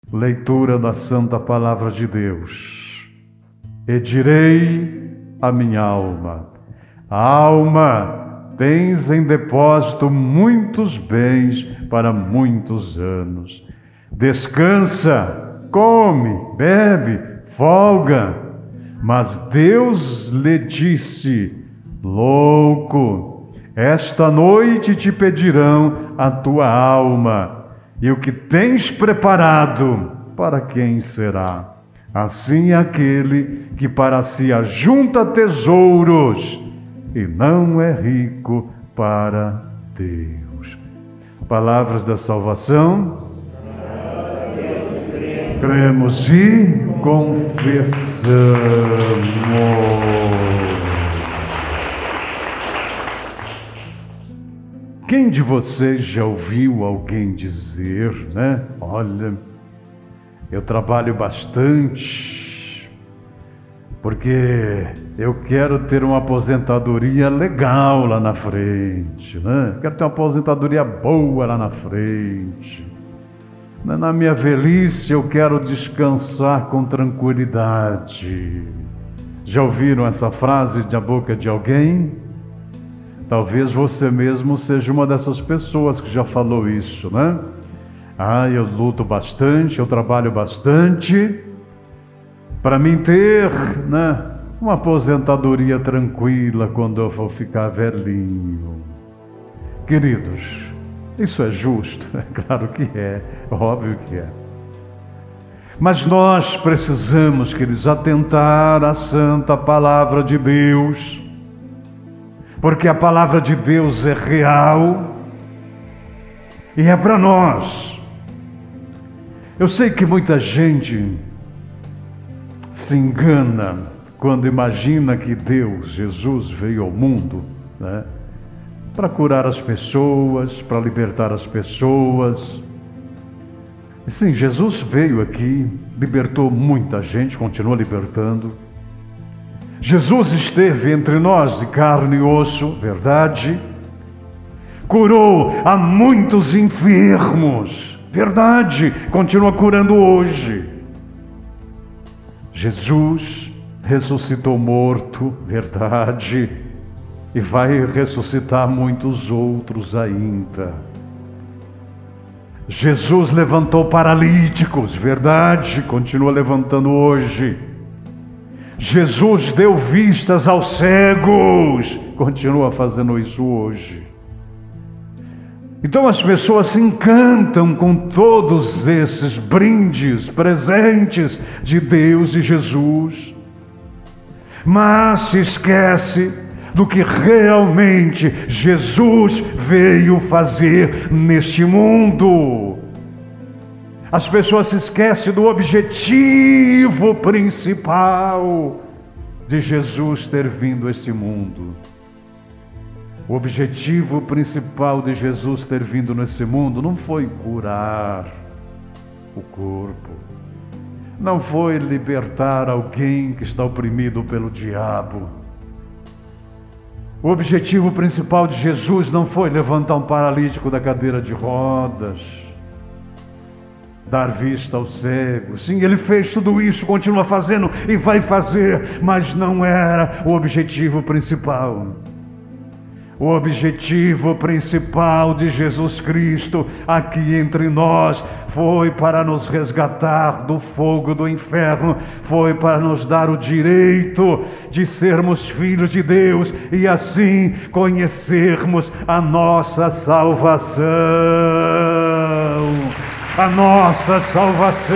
Leitura da Santa Palavra de Deus. E direi à minha alma: alma, tens em depósito muitos bens para muitos anos. Descansa, come, bebe, folga. Mas Deus lhe disse: louco, esta noite te pedirão a tua alma. E o que tens preparado, para quem será? Assim é aquele que para si ajunta tesouros e não é rico para Deus. Palavras da salvação. Cremos e confessamos. Quem de vocês já ouviu alguém dizer, né? Olha, eu trabalho bastante, porque eu quero ter uma aposentadoria legal lá na frente, né? Quero ter uma aposentadoria boa lá na frente. Na minha velhice eu quero descansar com tranquilidade. Já ouviram essa frase da boca de alguém? Talvez você mesmo seja uma dessas pessoas que já falou isso, né? Eu luto bastante, eu trabalho bastante para mim ter, né, uma aposentadoria tranquila quando eu for ficar velhinho. Queridos, isso é justo? É claro que é, óbvio que é. Mas nós precisamos, queridos, atentar à santa palavra de Deus, porque a palavra de Deus é real e é para nós. Eu sei que muita gente se engana quando imagina que Deus, Jesus, veio ao mundo, né, para curar as pessoas, para libertar as pessoas. E sim, Jesus veio aqui, libertou muita gente, continua libertando. Jesus esteve entre nós de carne e osso, verdade. Curou a muitos enfermos, verdade, continua curando hoje. Jesus ressuscitou morto, verdade, e vai ressuscitar muitos outros ainda. Jesus levantou paralíticos, verdade, continua levantando hoje. Jesus deu vistas aos cegos, continua fazendo isso hoje. Então as pessoas se encantam com todos esses brindes, presentes de Deus e Jesus, mas se esquece do que realmente Jesus veio fazer neste mundo. As pessoas se esquecem do objetivo principal de Jesus ter vindo a este mundo. O objetivo principal de Jesus ter vindo nesse mundo não foi curar o corpo, não foi libertar alguém que está oprimido pelo diabo. O objetivo principal de Jesus não foi levantar um paralítico da cadeira de rodas, dar vista aos cegos. Sim, ele fez tudo isso, continua fazendo e vai fazer, mas não era o objetivo principal. O objetivo principal de Jesus Cristo aqui entre nós foi para nos resgatar do fogo do inferno, foi para nos dar o direito de sermos filhos de Deus e assim conhecermos a nossa salvação. A nossa salvação.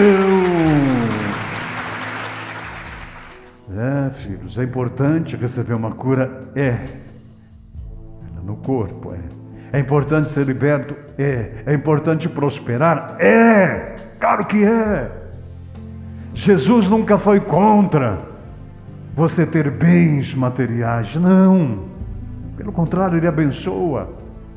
Filhos, é importante receber uma cura? No corpo, é importante ser liberto? É importante prosperar? Claro que é. Jesus nunca foi contra você ter bens materiais, não, pelo contrário, ele abençoa.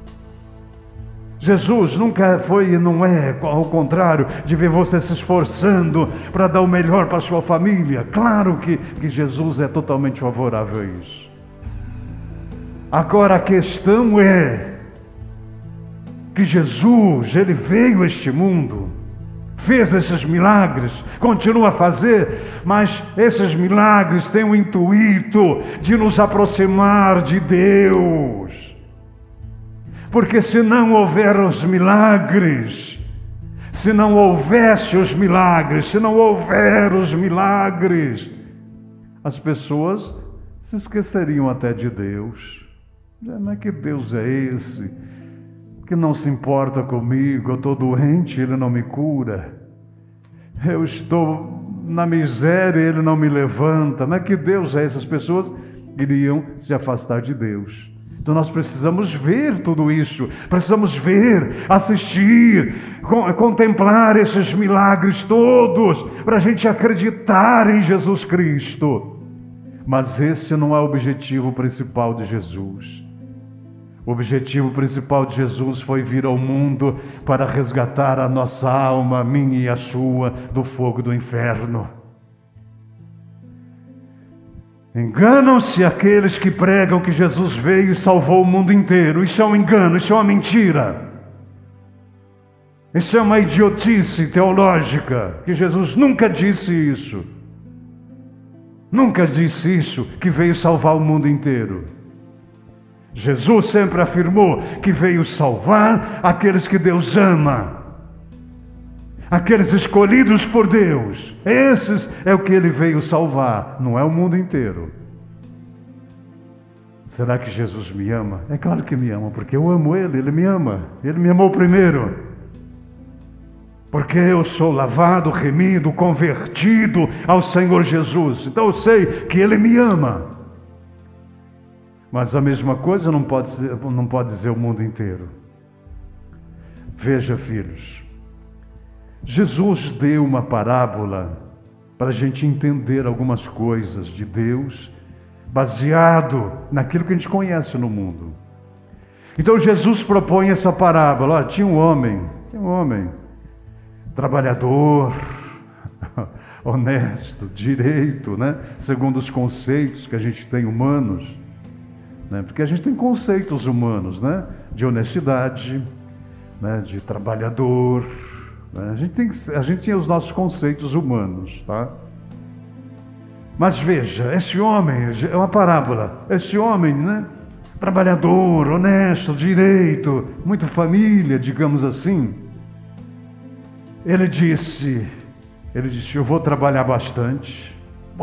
Jesus nunca foi e não é ao contrário de ver você se esforçando para dar o melhor para a sua família. Claro que Jesus é totalmente favorável a isso. Agora a questão é que Jesus, ele veio a este mundo fez esses milagres, continua a fazer, mas esses milagres têm o intuito de nos aproximar de Deus. Porque se não houver os milagres, se não houvesse os milagres, se não houver os milagres, as pessoas se esqueceriam até de Deus. Não é que Deus é esse que não se importa comigo? Eu estou doente, Ele não me cura. Eu estou na miséria, Ele não me levanta. Não é que Deus é esse? As pessoas iriam se afastar de Deus. Então nós precisamos ver tudo isso, precisamos ver, assistir, contemplar esses milagres todos, para a gente acreditar em Jesus Cristo. Mas esse não é o objetivo principal de Jesus. O objetivo principal de Jesus foi vir ao mundo para resgatar a nossa alma, a minha e a sua, do fogo do inferno. Enganam-se aqueles que pregam que Jesus veio e salvou o mundo inteiro. Isso é um engano, isso é uma mentira. Isso é uma idiotice teológica, que Jesus nunca disse isso. Nunca disse isso, que veio salvar o mundo inteiro. Jesus sempre afirmou que veio salvar aqueles que Deus ama. Aqueles escolhidos por Deus, esses é o que Ele veio salvar, não é o mundo inteiro. Será que Jesus me ama? É claro que me ama, porque eu amo Ele, Ele me ama. Ele me amou primeiro. Porque eu sou lavado, remido, convertido ao Senhor Jesus. Então eu sei que Ele me ama. Mas a mesma coisa não pode dizer o mundo inteiro. Veja, filhos. Jesus deu uma parábola para a gente entender algumas coisas de Deus, baseado naquilo que a gente conhece no mundo. Então Jesus propõe essa parábola. Olha, tinha um homem, trabalhador, honesto, direito, né? Segundo os conceitos que a gente tem humanos, né? Porque a gente tem conceitos humanos, né? De honestidade, né? De trabalhador. A gente tem os nossos conceitos humanos, tá? Mas veja, esse homem, é uma parábola, esse homem, né? Trabalhador, honesto, direito, muito família, digamos assim. Ele disse, eu vou trabalhar bastante.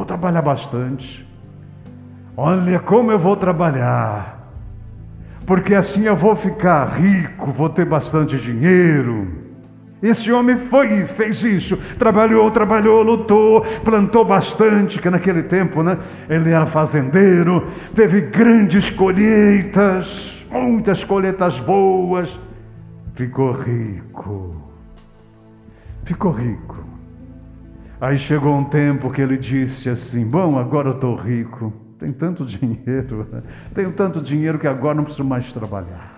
Olha como eu vou trabalhar, porque assim eu vou ficar rico, vou ter bastante dinheiro. Esse homem foi e fez isso, trabalhou, lutou, plantou bastante, que naquele tempo, né, ele era fazendeiro, teve grandes colheitas, muitas colheitas boas, ficou rico. Aí chegou um tempo que ele disse assim, bom, agora eu estou rico, tenho tanto dinheiro que agora não preciso mais trabalhar.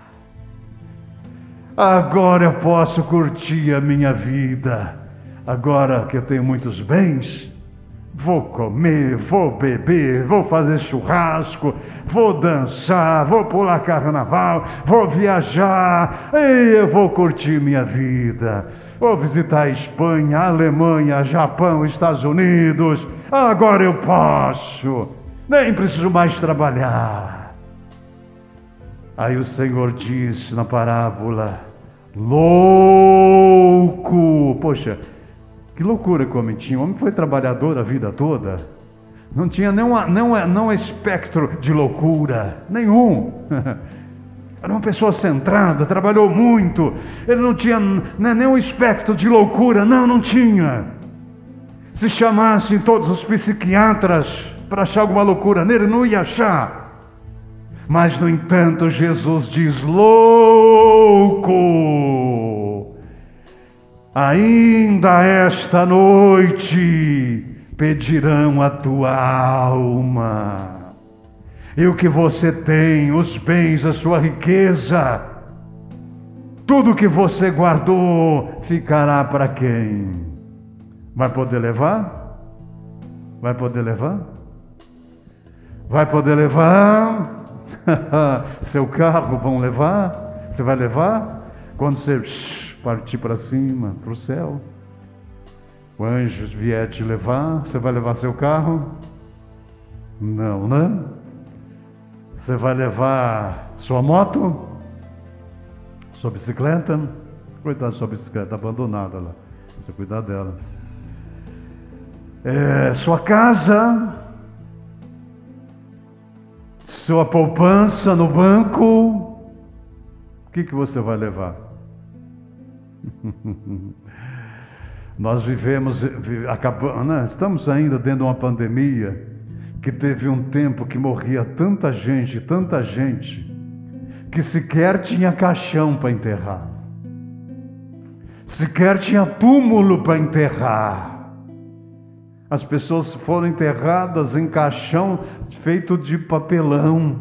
Agora eu posso curtir a minha vida. Agora que eu tenho muitos bens, vou comer, vou beber, vou fazer churrasco, vou dançar, vou pular carnaval, vou viajar, e eu vou curtir minha vida. Vou visitar a Espanha, a Alemanha, Japão, Estados Unidos. Agora eu posso, nem preciso mais trabalhar. Aí o Senhor disse na parábola, louco! Poxa, que loucura que o homem tinha. O homem foi trabalhador a vida toda. Não tinha nenhum espectro de loucura, nenhum. Era uma pessoa centrada, trabalhou muito. Ele não tinha nenhum espectro de loucura, não tinha. Se chamassem todos os psiquiatras para achar alguma loucura nele, não ia achar. Mas, no entanto, Jesus diz, louco, ainda esta noite pedirão a tua alma. E o que você tem, os bens, a sua riqueza, tudo que você guardou, ficará para quem? Vai poder levar? Vai poder levar? Vai poder levar? Seu carro vão levar? Você vai levar? Quando você partir para cima, para o céu, O anjo vier te levar, você vai levar seu carro? Não, né? Você vai levar sua moto? Sua bicicleta? Cuidado da sua bicicleta abandonada lá. Você cuidar dela. Sua casa? Sua poupança no banco? O que você vai levar? Nós estamos ainda dentro de uma pandemia que teve um tempo que morria tanta gente, que sequer tinha caixão para enterrar, sequer tinha túmulo para enterrar. As pessoas foram enterradas em caixão feito de papelão.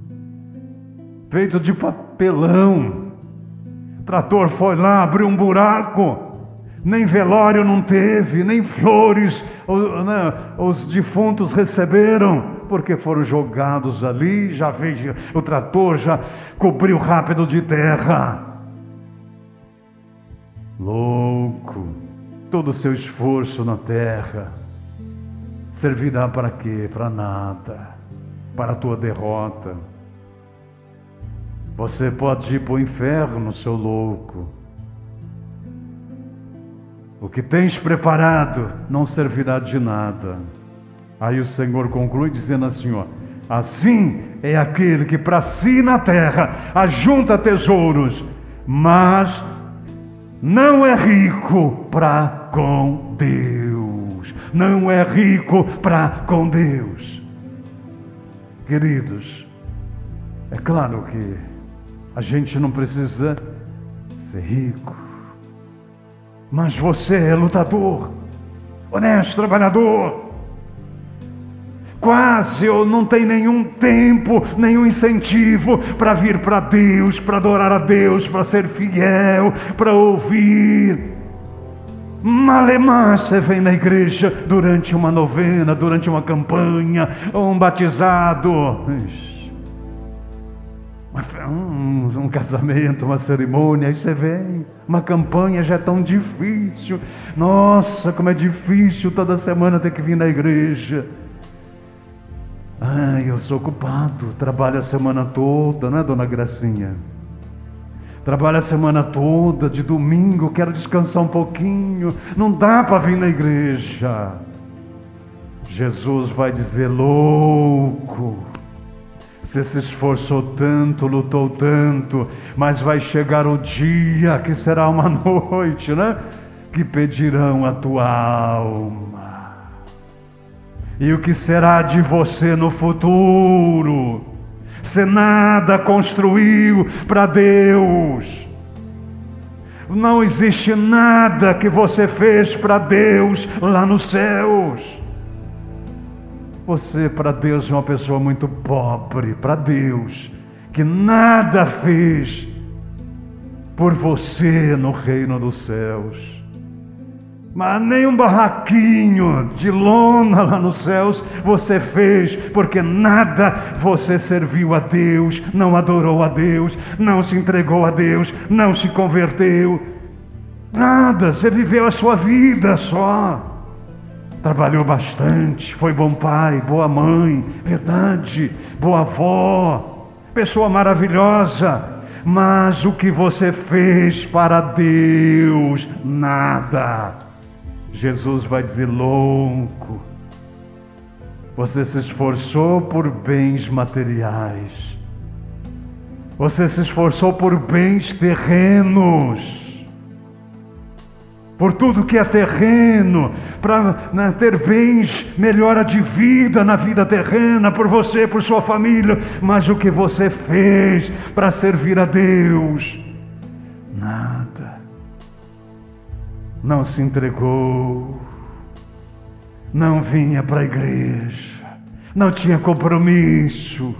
O trator foi lá, abriu um buraco. Nem velório não teve, nem flores os defuntos receberam, porque foram jogados ali, já veio, o trator já cobriu rápido de terra. Louco, todo o seu esforço na terra servirá para quê? Para nada, para a tua derrota. Você pode ir para o inferno, seu louco. O que tens preparado não servirá de nada. Aí o Senhor conclui dizendo assim, ó: assim é aquele que para si na terra ajunta tesouros, mas não é rico para com Deus. Não é rico para com Deus. Queridos, é claro que a gente não precisa ser rico, mas você é lutador, honesto, trabalhador. Quase ou não tem nenhum tempo, nenhum incentivo para vir para Deus, para adorar a Deus, para ser fiel, para ouvir. Malemar você vem na igreja durante uma novena, durante uma campanha, um batizado, um casamento, uma cerimônia, aí você vem. Uma campanha já é tão difícil. Nossa, como é difícil toda semana ter que vir na igreja. Eu sou ocupado, trabalho a semana toda, não é, dona Gracinha? Trabalho a semana toda, de domingo, quero descansar um pouquinho, não dá para vir na igreja. Jesus vai dizer: louco, você se esforçou tanto, lutou tanto, mas vai chegar o dia que será uma noite, né? Que pedirão a tua alma. E o que será de você no futuro? Você nada construiu para Deus. Não existe nada que você fez para Deus lá nos céus. Você para Deus é uma pessoa muito pobre, para Deus, que nada fez por você no reino dos céus. Mas nem um barraquinho de lona lá nos céus você fez, porque nada você serviu a Deus, não adorou a Deus, não se entregou a Deus, não se converteu. Nada, você viveu a sua vida só. Trabalhou bastante, foi bom pai, boa mãe, verdade, boa avó, pessoa maravilhosa, mas o que você fez para Deus? Nada. Jesus vai dizer: louco, você se esforçou por bens materiais, você se esforçou por bens terrenos, por tudo que é terreno, para ter bens, melhora de vida na vida terrena, por você, por sua família, mas o que você fez para servir a Deus? Nada. Não se entregou, não vinha para a igreja, não tinha compromisso,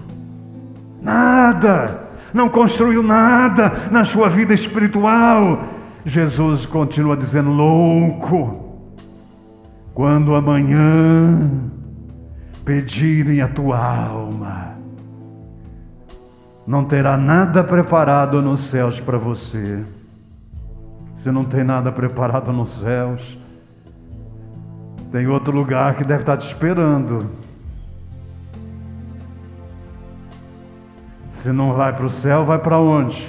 nada, não construiu nada na sua vida espiritual. Jesus continua dizendo: louco, quando amanhã pedirem a tua alma, não terá nada preparado nos céus para você. Se não tem nada preparado nos céus, Tem outro lugar que deve estar te esperando. Se não vai para o céu, vai para onde?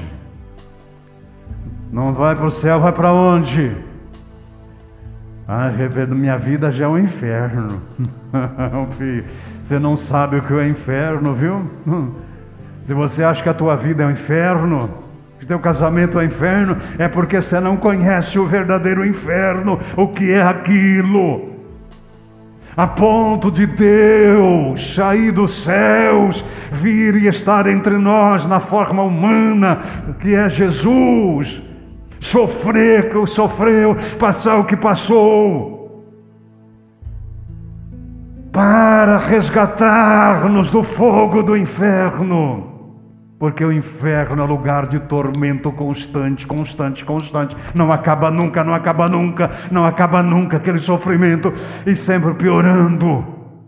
Não vai para o céu, vai para onde? Minha vida já é um inferno. Filho, você não sabe o que é inferno, viu? Se você acha que a tua vida é um inferno, que teu casamento é um inferno, é porque você não conhece o verdadeiro inferno, o que é aquilo. A ponto de Deus sair dos céus, vir e estar entre nós na forma humana, que é Jesus, sofrer o que sofreu, passar o que passou, para resgatar-nos do fogo do inferno. Porque o inferno é lugar de tormento constante, constante, constante. Não acaba nunca, não acaba nunca, não acaba nunca aquele sofrimento, e sempre piorando.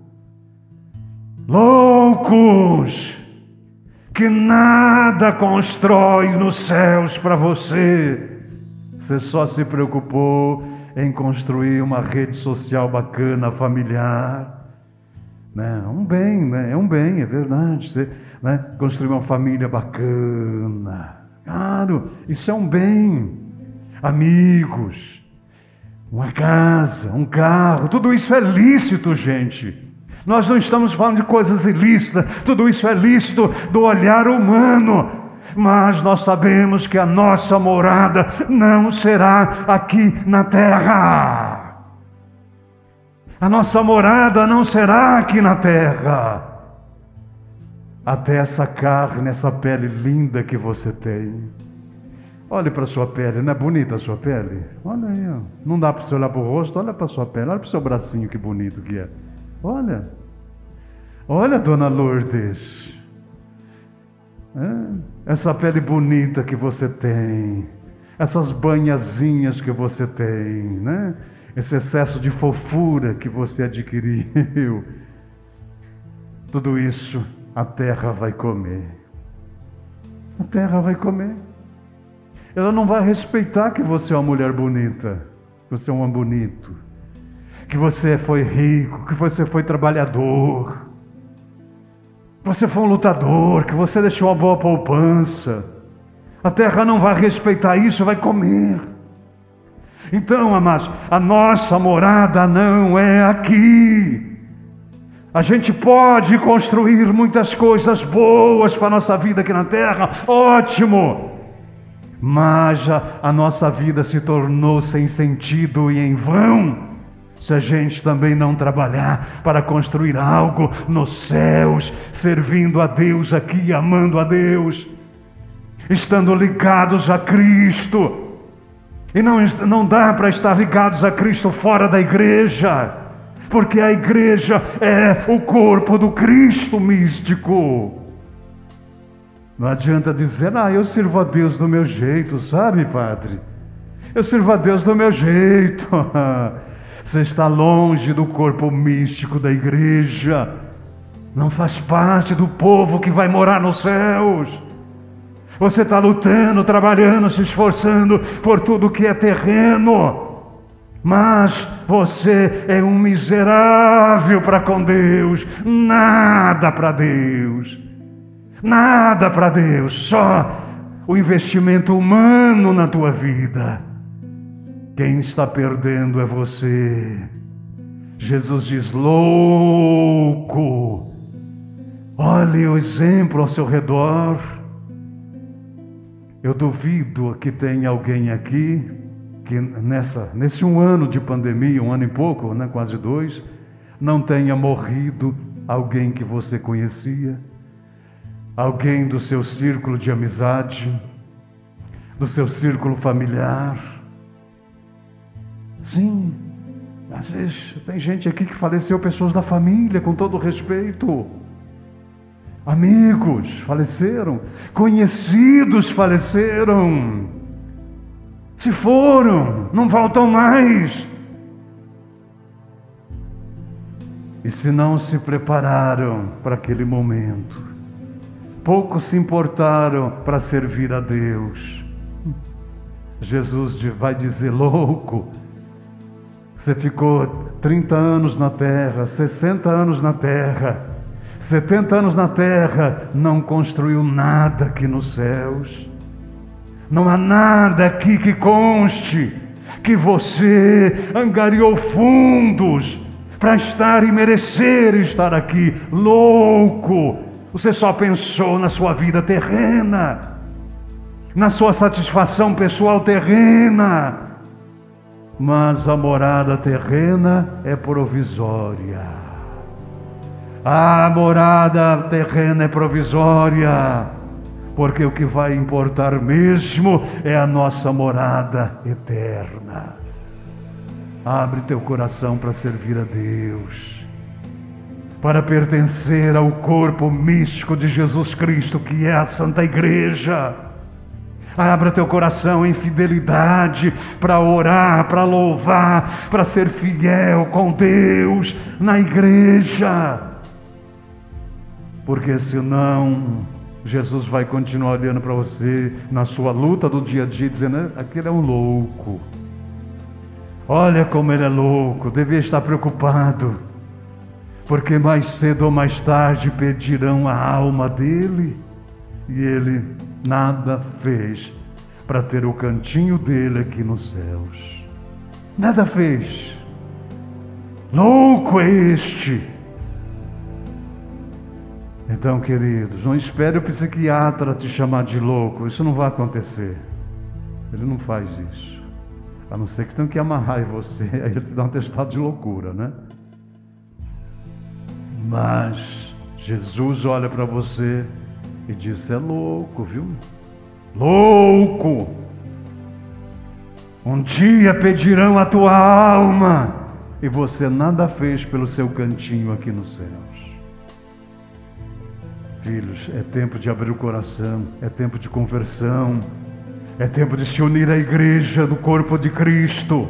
Loucos, que nada constrói nos céus para você. Você só se preocupou em construir uma rede social bacana, familiar. É um bem, né? É um bem, é verdade. Você, né? Construir uma família bacana. Claro, isso é um bem. Amigos, uma casa, um carro, tudo isso é lícito, gente. Nós não estamos falando de coisas ilícitas, tudo isso é lícito do olhar humano. Mas nós sabemos que a nossa morada não será aqui na terra. A nossa morada não será aqui na terra. Até essa carne, essa pele linda que você tem. Olhe para a sua pele, não é bonita a sua pele? Olha aí, ó. Não dá para você olhar para o rosto, olha para a sua pele, olha para o seu bracinho, que bonito que é. Olha. Olha, dona Lourdes. Essa pele bonita que você tem. Essas banhazinhas que você tem, né? Esse excesso de fofura que você adquiriu. Tudo isso a terra vai comer. A terra vai comer. Ela não vai respeitar que você é uma mulher bonita, que você é um homem bonito, que você foi rico, que você foi trabalhador, que você foi um lutador, que você deixou uma boa poupança. A terra não vai respeitar isso, vai comer. Então, amados, a nossa morada não é aqui. A gente pode construir muitas coisas boas para a nossa vida aqui na terra, ótimo. Mas a nossa vida se tornou sem sentido e em vão, se a gente também não trabalhar para construir algo nos céus, servindo a Deus aqui, amando a Deus, estando ligados a Cristo. E não dá para estar ligados a Cristo fora da igreja, porque a igreja é o corpo do Cristo místico. Não adianta dizer, eu sirvo a Deus do meu jeito, sabe, padre? Eu sirvo a Deus do meu jeito. Você está longe do corpo místico da igreja. Não faz parte do povo que vai morar nos céus. Você está lutando, trabalhando, se esforçando por tudo que é terreno. Mas você é um miserável para com Deus. Nada para Deus. Nada para Deus. Só o investimento humano na tua vida. Quem está perdendo é você. Jesus diz, louco. Olhe o exemplo ao seu redor. Eu duvido que tenha alguém aqui que nesse um ano de pandemia, um ano e pouco, né, quase 2, não tenha morrido alguém que você conhecia, alguém do seu círculo de amizade, do seu círculo familiar. Sim, às vezes tem gente aqui que faleceu, pessoas da família, com todo respeito. Amigos faleceram, conhecidos faleceram, se foram, não voltam mais. E se não se prepararam para aquele momento, poucos se importaram para servir a Deus. Jesus vai dizer, louco, você ficou 30 anos na terra, 60 anos na terra, 70 anos na terra, não construiu nada aqui nos céus. Não há nada aqui que conste que você angariou fundos para estar e merecer estar aqui. Louco! Você só pensou na sua vida terrena, na sua satisfação pessoal terrena. Mas a morada terrena é provisória. A morada terrena é provisória, porque o que vai importar mesmo é a nossa morada eterna. Abre teu coração para servir a Deus, para pertencer ao corpo místico de Jesus Cristo, que é a Santa Igreja. Abra teu coração em fidelidade para orar, para louvar, para ser fiel com Deus na igreja. Porque senão Jesus vai continuar olhando para você na sua luta do dia a dia, dizendo: aquele é um louco. Olha como ele é louco, devia estar preocupado, porque mais cedo ou mais tarde pedirão a alma dele. E ele nada fez para ter o cantinho dele aqui nos céus. Nada fez. Louco é este. Então, queridos, não espere o psiquiatra te chamar de louco. Isso não vai acontecer. Ele não faz isso. A não ser que tenha que amarrar em você, aí ele te dá um atestado de loucura, né? Mas Jesus olha para você e diz: é louco, viu? Louco! Um dia pedirão a tua alma e você nada fez pelo seu cantinho aqui nos céus. Filhos, é tempo de abrir o coração, é tempo de conversão, é tempo de se unir à igreja do corpo de Cristo.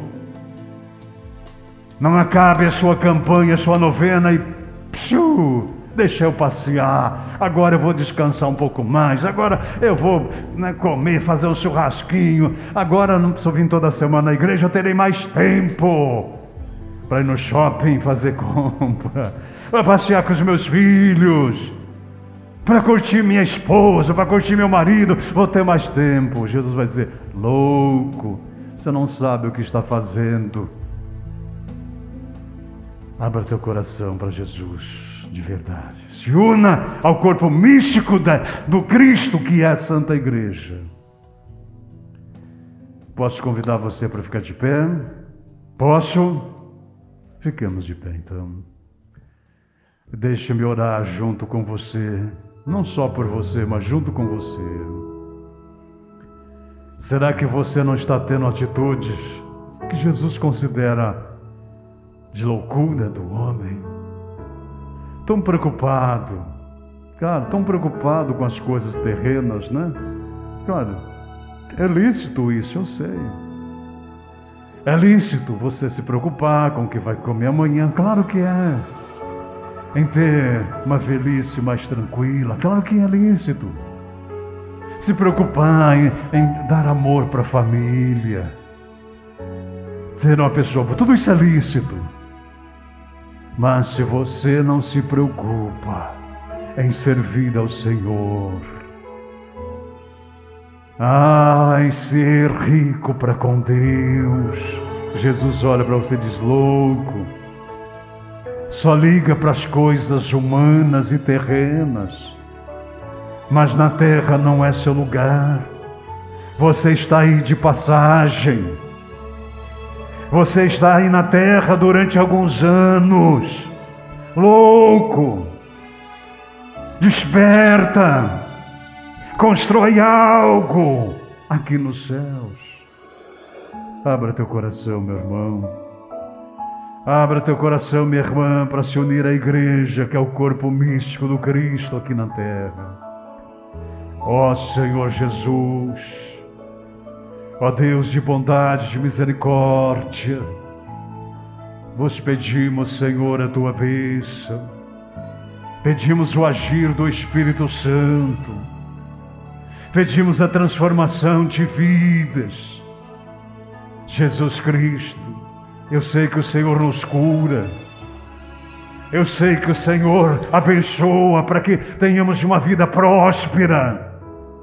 Não acabe a sua campanha, a sua novena e deixa eu passear, agora eu vou descansar um pouco mais, agora eu vou comer, fazer um churrasquinho, agora não preciso vir toda semana na igreja, eu terei mais tempo para ir no shopping fazer compra, para passear com os meus filhos, para curtir minha esposa, para curtir meu marido, vou ter mais tempo. Jesus vai dizer: louco, você não sabe o que está fazendo. Abra teu coração para Jesus de verdade. Se una ao corpo místico do Cristo, que é a Santa Igreja. Posso convidar você para ficar de pé? Posso? Fiquemos de pé então. Deixe-me orar junto com você. Não só por você, mas junto com você. Será que você não está tendo atitudes que Jesus considera de loucura do homem? Tão preocupado, cara, tão preocupado com as coisas terrenas, né? Cara, é lícito isso, eu sei. É lícito você se preocupar com o que vai comer amanhã, claro que é. Em ter uma velhice mais tranquila, claro que é lícito. Se preocupar em dar amor para a família, ser uma pessoa boa, tudo isso é lícito. Mas se você não se preocupa em servir ao Senhor, em ser rico para com Deus, Jesus olha para você e diz: louco, só liga para as coisas humanas e terrenas, mas na terra não é seu lugar. Você está aí de passagem. Você está aí na terra durante alguns anos. Louco, desperta, constrói algo aqui nos céus. Abra teu coração, meu irmão. Abra teu coração, minha irmã, para se unir à igreja, que é o corpo místico do Cristo aqui na terra. Ó Senhor Jesus, ó Deus de bondade, de misericórdia, vos pedimos, Senhor, a tua bênção. Pedimos o agir do Espírito Santo. Pedimos a transformação de vidas. Jesus Cristo, Eu sei que o Senhor nos cura. Eu sei que o Senhor abençoa para que tenhamos uma vida próspera.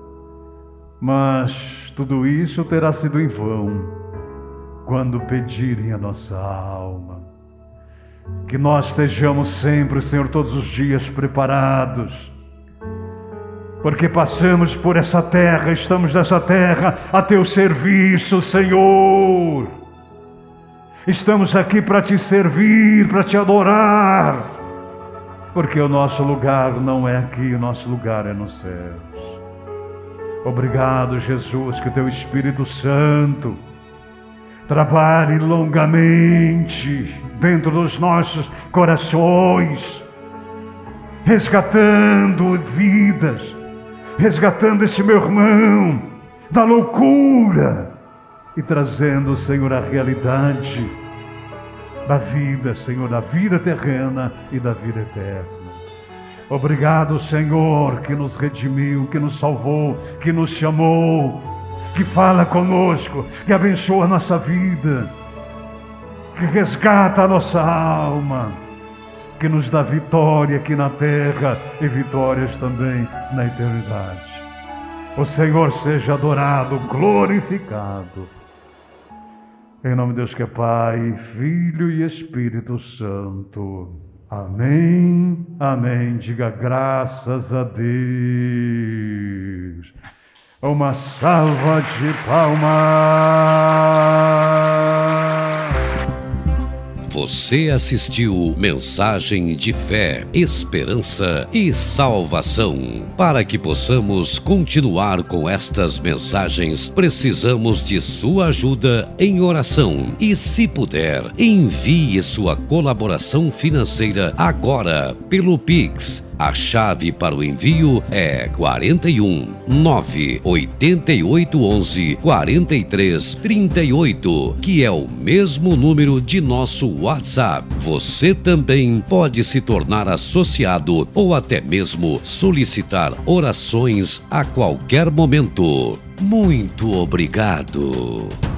Mas tudo isso terá sido em vão quando pedirem a nossa alma. Que nós estejamos sempre, Senhor, todos os dias preparados, porque passamos por essa terra, estamos nessa terra a teu serviço, Senhor. Estamos aqui para te servir, para te adorar, porque o nosso lugar não é aqui, o nosso lugar é nos céus. Obrigado, Jesus, que o teu Espírito Santo trabalhe longamente dentro dos nossos corações, resgatando vidas, resgatando esse meu irmão da loucura e trazendo, Senhor, a realidade da vida, Senhor, da vida terrena e da vida eterna. Obrigado, Senhor, que nos redimiu, que nos salvou, que nos chamou, que fala conosco, que abençoa a nossa vida, que resgata a nossa alma, que nos dá vitória aqui na terra e vitórias também na eternidade. O Senhor seja adorado, glorificado. Em nome de Deus que é Pai, Filho e Espírito Santo. Amém, amém. Diga graças a Deus. Uma salva de palmas. Você assistiu Mensagem de Fé, Esperança e Salvação. Para que possamos continuar com estas mensagens, precisamos de sua ajuda em oração. E se puder, envie sua colaboração financeira agora pelo Pix. A chave para o envio é 41 988 11 43 38, que é o mesmo número de nosso WhatsApp. Você também pode se tornar associado ou até mesmo solicitar orações a qualquer momento. Muito obrigado.